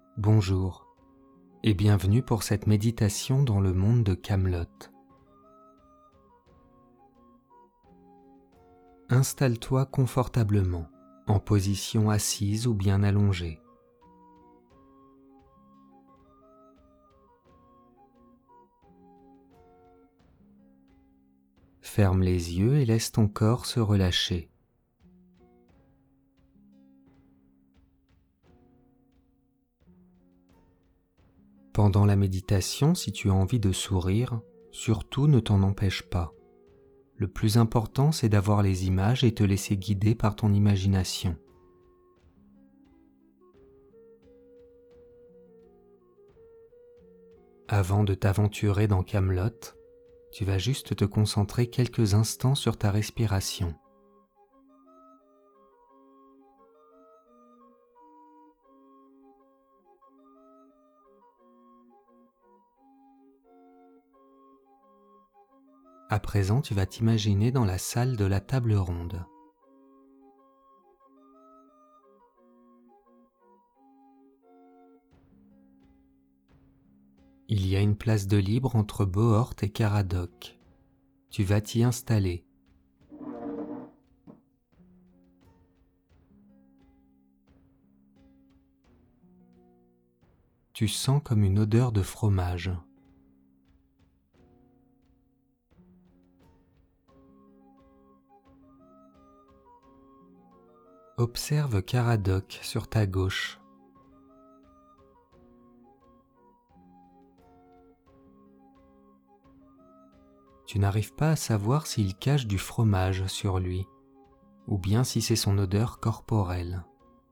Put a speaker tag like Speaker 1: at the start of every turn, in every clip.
Speaker 1: Bonjour et bienvenue pour cette méditation dans le monde de Camelot. Installe-toi confortablement, en position assise ou bien allongée. Ferme les yeux et laisse ton corps se relâcher. Pendant la méditation, si tu as envie de sourire, surtout ne t'en empêche pas. Le plus important, c'est d'avoir les images et te laisser guider par ton imagination. Avant de t'aventurer dans Camelot, tu vas juste te concentrer quelques instants sur ta respiration. À présent, tu vas t'imaginer dans la salle de la table ronde. Il y a une place de libre entre Bohort et Caradoc. Tu vas t'y installer. Tu sens comme une odeur de fromage. Observe Caradoc sur ta gauche. Tu n'arrives pas à savoir s'il cache du fromage sur lui, ou bien si c'est son odeur corporelle.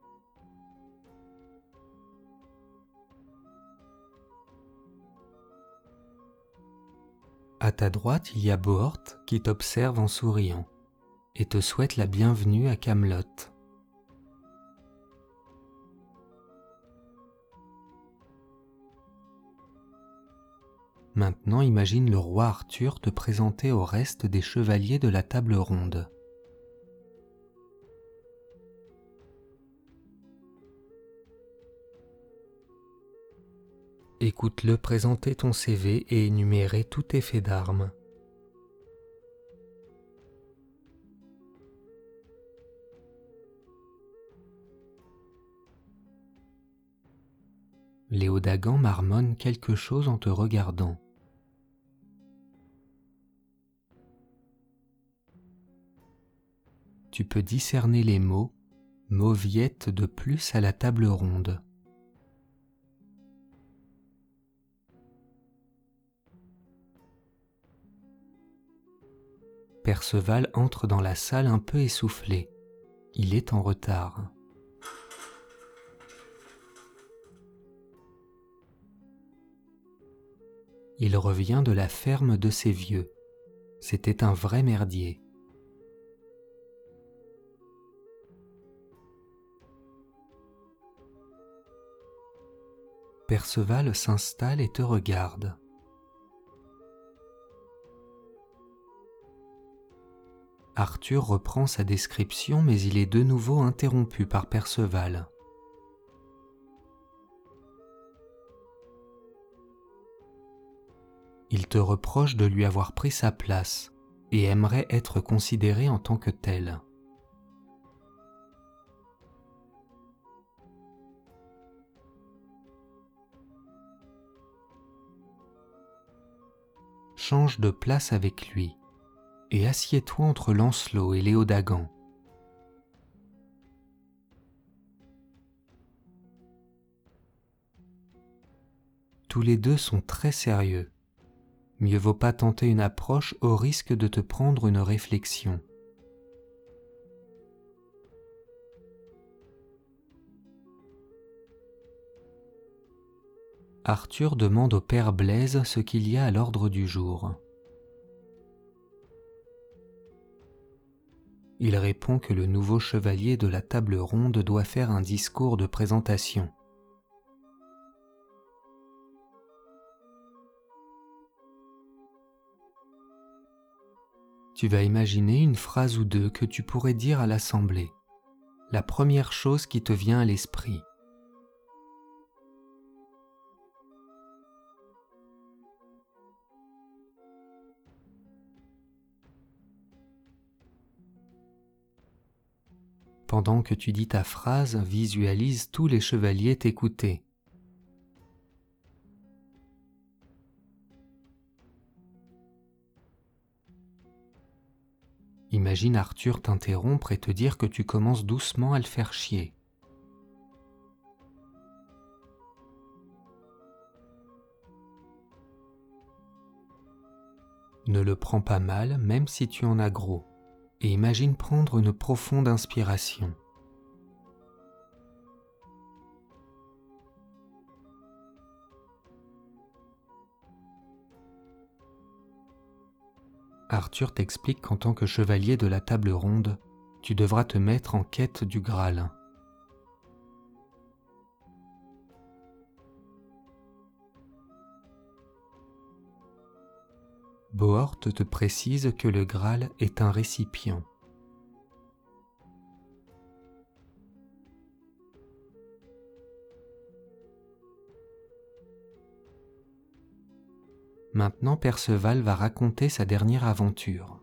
Speaker 1: À ta droite, il y a Bohort qui t'observe en souriant et te souhaite la bienvenue à Camelot. Maintenant, imagine le roi Arthur te présenter au reste des chevaliers de la table ronde. Écoute-le présenter ton CV et énumérer tous tes faits d'armes. Léodagan marmonne quelque chose en te regardant. Tu peux discerner les mots « mauviette de plus à la table ronde ». Perceval entre dans la salle un peu essoufflé. Il est en retard. Il revient de la ferme de ses vieux. C'était un vrai merdier. Perceval s'installe et te regarde. Arthur reprend sa description, mais il est de nouveau interrompu par Perceval. Il te reproche de lui avoir pris sa place et aimerait être considéré en tant que tel. Change de place avec lui et assieds-toi entre Lancelot et Léodagan. Tous les deux sont très sérieux. Mieux vaut pas tenter une approche au risque de te prendre une réflexion. Arthur demande au père Blaise ce qu'il y a à l'ordre du jour. Il répond que le nouveau chevalier de la table ronde doit faire un discours de présentation. Tu vas imaginer une phrase ou deux que tu pourrais dire à l'assemblée. La première chose qui te vient à l'esprit. Pendant que tu dis ta phrase, visualise tous les chevaliers t'écouter. Imagine Arthur t'interrompre et te dire que tu commences doucement à le faire chier. Ne le prends pas mal, même si tu en as gros, et imagine prendre une profonde inspiration. Arthur t'explique qu'en tant que chevalier de la table ronde, tu devras te mettre en quête du Graal. Bohort te précise que le Graal est un récipient. Maintenant, Perceval va raconter sa dernière aventure.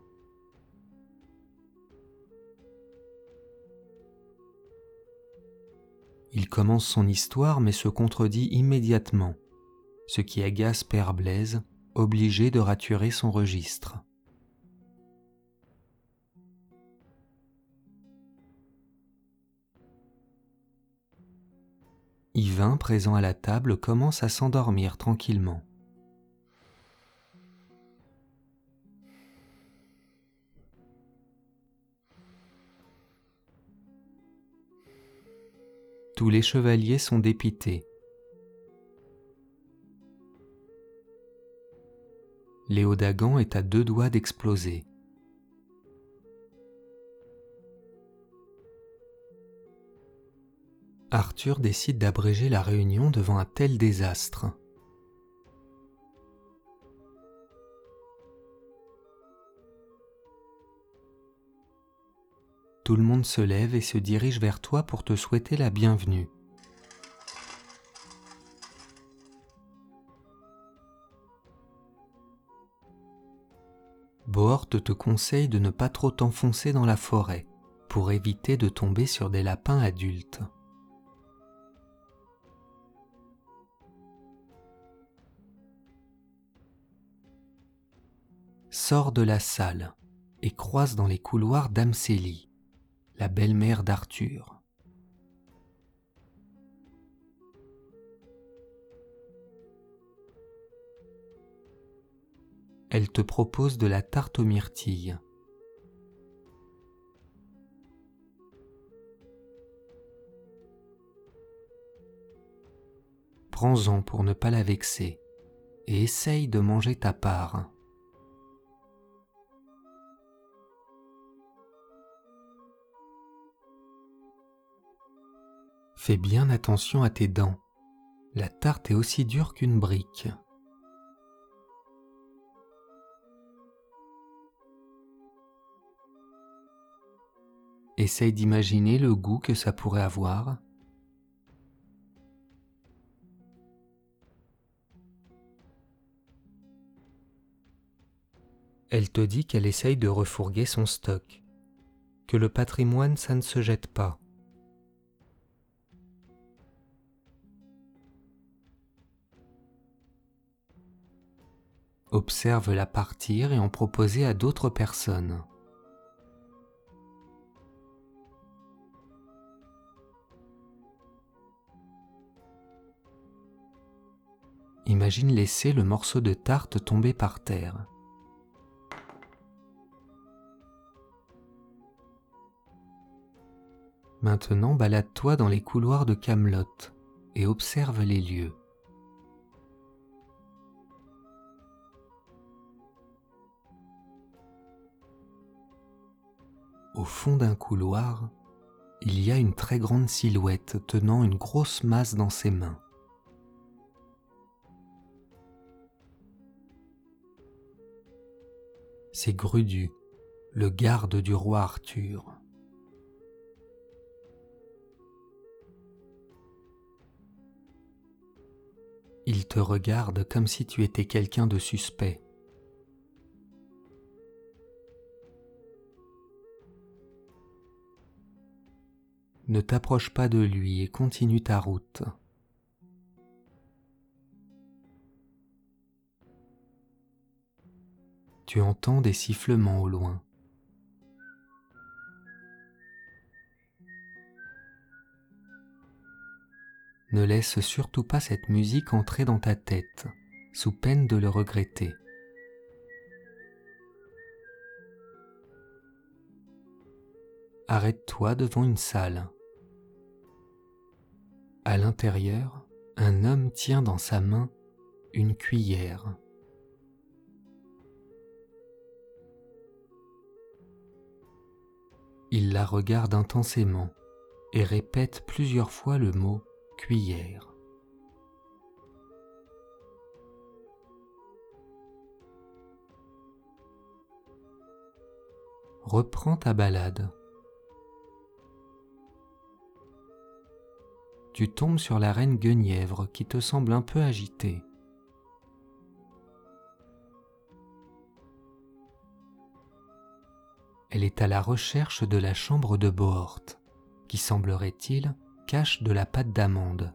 Speaker 1: Il commence son histoire mais se contredit immédiatement, ce qui agace Père Blaise, obligé de raturer son registre. Yvain, présent à la table, commence à s'endormir tranquillement. Tous les chevaliers sont dépités. Léodagan est à 2 doigts d'exploser. Arthur décide d'abréger la réunion devant un tel désastre. Tout le monde se lève et se dirige vers toi pour te souhaiter la bienvenue. Bohort te conseille de ne pas trop t'enfoncer dans la forêt pour éviter de tomber sur des lapins adultes. Sors de la salle et croise dans les couloirs Damcélie, la belle-mère d'Arthur. Elle te propose de la tarte aux myrtilles. Prends-en pour ne pas la vexer et essaye de manger ta part. Fais bien attention à tes dents. La tarte est aussi dure qu'une brique. Essaye d'imaginer le goût que ça pourrait avoir. Elle te dit qu'elle essaye de refourguer son stock, que le patrimoine ça ne se jette pas. Observe-la partir et en proposer à d'autres personnes. Imagine laisser le morceau de tarte tomber par terre. Maintenant, balade-toi dans les couloirs de Camelot et observe les lieux. Au fond d'un couloir, il y a une très grande silhouette tenant une grosse masse dans ses mains. C'est Grudu, le garde du roi Arthur. Il te regarde comme si tu étais quelqu'un de suspect. Ne t'approche pas de lui et continue ta route. Tu entends des sifflements au loin. Ne laisse surtout pas cette musique entrer dans ta tête, sous peine de le regretter. Arrête-toi devant une salle. À l'intérieur, un homme tient dans sa main une cuillère. Il la regarde intensément et répète plusieurs fois le mot « cuillère ». Reprends ta balade. Tu tombes sur la reine Guenièvre qui te semble un peu agitée. Elle est à la recherche de la chambre de Bohort, qui semblerait-il cache de la pâte d'amande.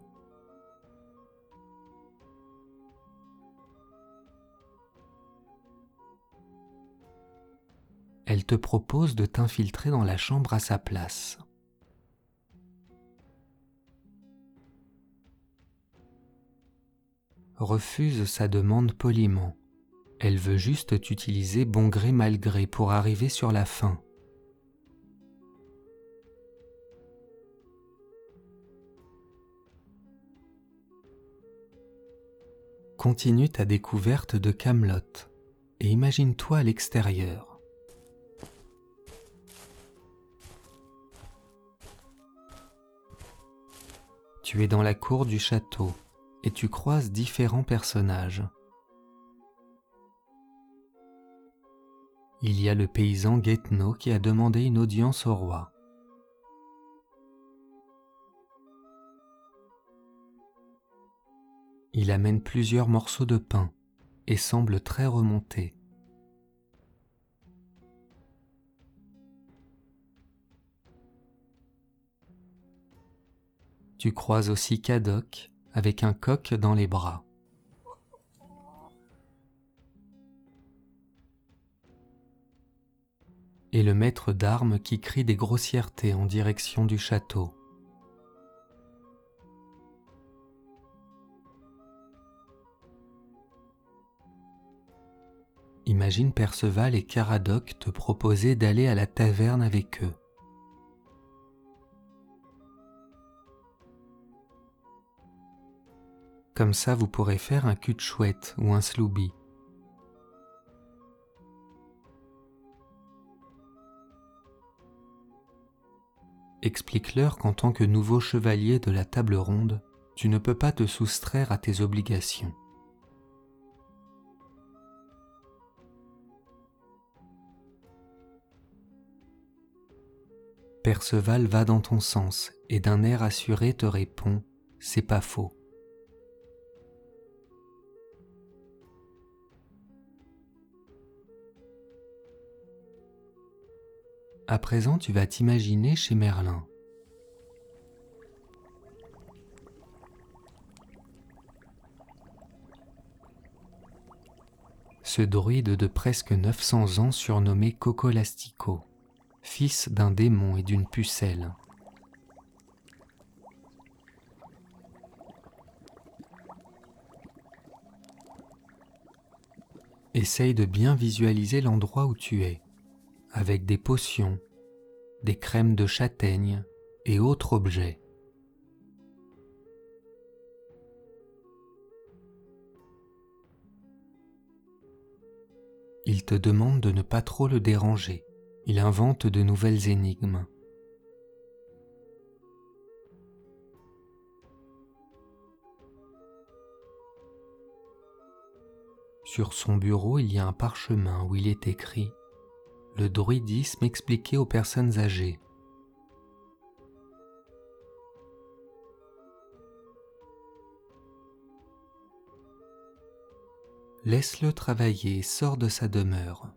Speaker 1: Elle te propose de t'infiltrer dans la chambre à sa place. Refuse sa demande poliment. Elle veut juste t'utiliser bon gré mal gré pour arriver sur la fin. Continue ta découverte de Camelot et imagine-toi à l'extérieur. Tu es dans la cour du château et tu croises différents personnages. Il y a le paysan Guetno qui a demandé une audience au roi. Il amène plusieurs morceaux de pain et semble très remonté. Tu croises aussi Cadoc avec un coq dans les bras. Et le maître d'armes qui crie des grossièretés en direction du château. Imagine Perceval et Caradoc te proposer d'aller à la taverne avec eux. Comme ça, vous pourrez faire un cul de chouette ou un sloubi. Explique-leur qu'en tant que nouveau chevalier de la table ronde, tu ne peux pas te soustraire à tes obligations. Perceval va dans ton sens et d'un air assuré te répond « c'est pas faux ». À présent, tu vas t'imaginer chez Merlin. Ce druide de presque 900 ans surnommé Cocolastico, fils d'un démon et d'une pucelle. Essaye de bien visualiser l'endroit où tu es, avec des potions, des crèmes de châtaigne et autres objets. Il te demande de ne pas trop le déranger. Il invente de nouvelles énigmes. Sur son bureau, il y a un parchemin où il est écrit « Le druidisme expliqué aux personnes âgées ». Laisse-le travailler et sors de sa demeure.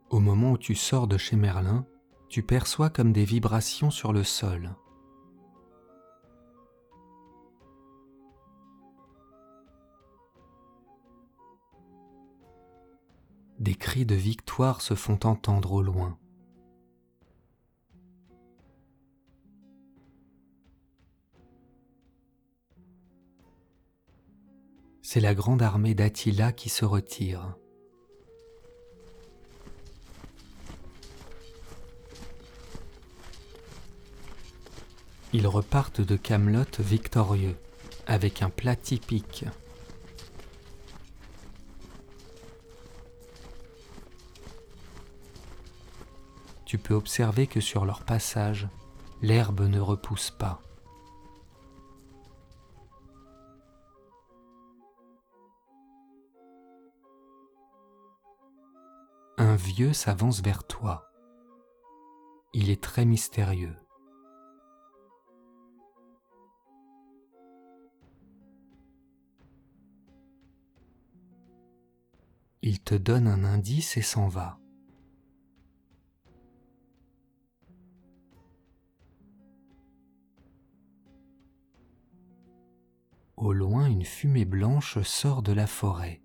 Speaker 1: Au moment où tu sors de chez Merlin, tu perçois comme des vibrations sur le sol. Des cris de victoire se font entendre au loin. C'est la grande armée d'Attila qui se retire. Ils repartent de Camelot victorieux, avec un plat typique. Tu peux observer que sur leur passage, l'herbe ne repousse pas. Un vieux s'avance vers toi. Il est très mystérieux. Il te donne un indice et s'en va. Au loin, une fumée blanche sort de la forêt.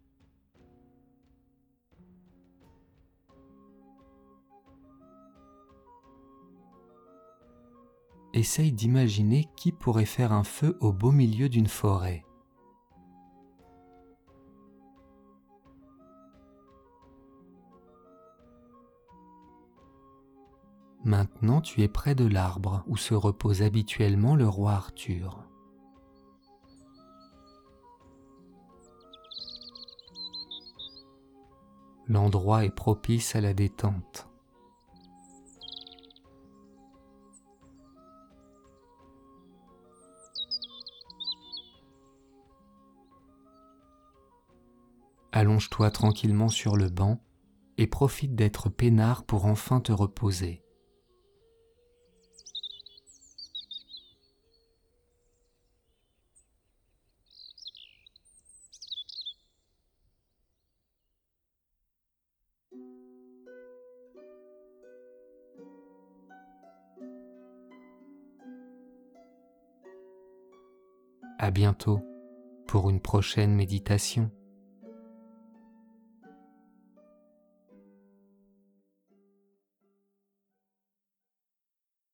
Speaker 1: Essaye d'imaginer qui pourrait faire un feu au beau milieu d'une forêt. Maintenant, tu es près de l'arbre où se repose habituellement le roi Arthur. L'endroit est propice à la détente. Allonge-toi tranquillement sur le banc et profite d'être peinard pour enfin te reposer. À bientôt pour une prochaine méditation.